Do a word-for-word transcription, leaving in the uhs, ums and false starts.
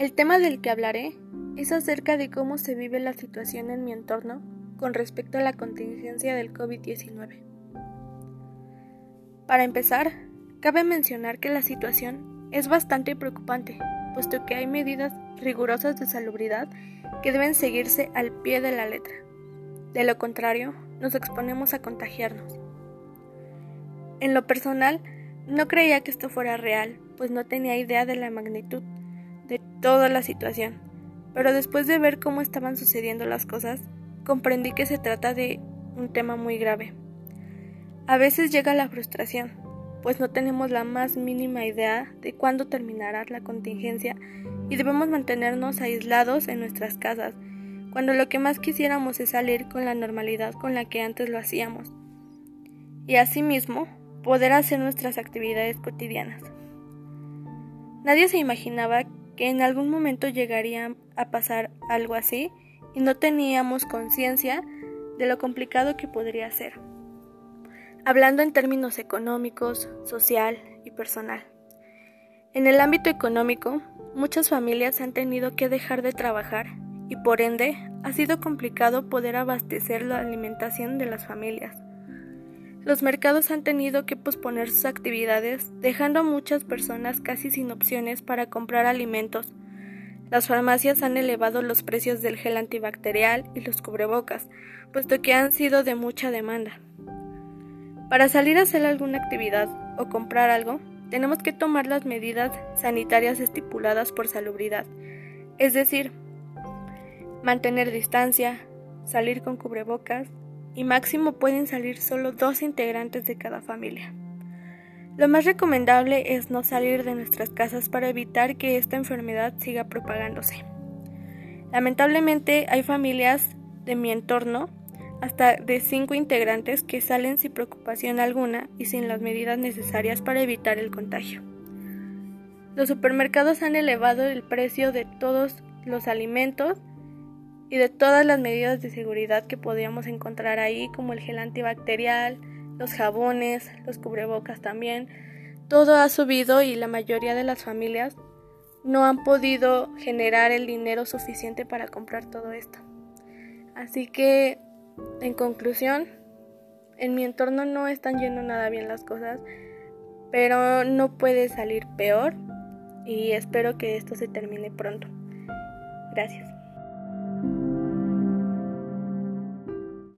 El tema del que hablaré es acerca de cómo se vive la situación en mi entorno con respecto a la contingencia del COVID diecinueve. Para empezar, cabe mencionar que la situación es bastante preocupante, puesto que hay medidas rigurosas de salubridad que deben seguirse al pie de la letra. De lo contrario, nos exponemos a contagiarnos. En lo personal, no creía que esto fuera real, pues no tenía idea de la magnitud de toda la situación, pero después de ver cómo estaban sucediendo las cosas, comprendí que se trata de un tema muy grave. A veces llega la frustración, pues no tenemos la más mínima idea de cuándo terminará la contingencia y debemos mantenernos aislados en nuestras casas, cuando lo que más quisiéramos es salir con la normalidad con la que antes lo hacíamos, y asimismo poder hacer nuestras actividades cotidianas. Nadie se imaginaba que en algún momento llegaría a pasar algo así y no teníamos conciencia de lo complicado que podría ser, hablando en términos económicos, social y personal. En el ámbito económico, muchas familias han tenido que dejar de trabajar y por ende ha sido complicado poder abastecer la alimentación de las familias. Los mercados han tenido que posponer sus actividades, dejando a muchas personas casi sin opciones para comprar alimentos. Las farmacias han elevado los precios del gel antibacterial y los cubrebocas, puesto que han sido de mucha demanda. Para salir a hacer alguna actividad o comprar algo, tenemos que tomar las medidas sanitarias estipuladas por salubridad, es decir, mantener distancia, salir con cubrebocas, y máximo pueden salir solo dos integrantes de cada familia. Lo más recomendable es no salir de nuestras casas para evitar que esta enfermedad siga propagándose. Lamentablemente hay familias de mi entorno, hasta de cinco integrantes, que salen sin preocupación alguna y sin las medidas necesarias para evitar el contagio. Los supermercados han elevado el precio de todos los alimentos y de todas las medidas de seguridad que podíamos encontrar ahí, como el gel antibacterial, los jabones, los cubrebocas también. Todo ha subido y la mayoría de las familias no han podido generar el dinero suficiente para comprar todo esto. Así que, en conclusión, en mi entorno no están yendo nada bien las cosas, pero no puede salir peor y espero que esto se termine pronto. Gracias.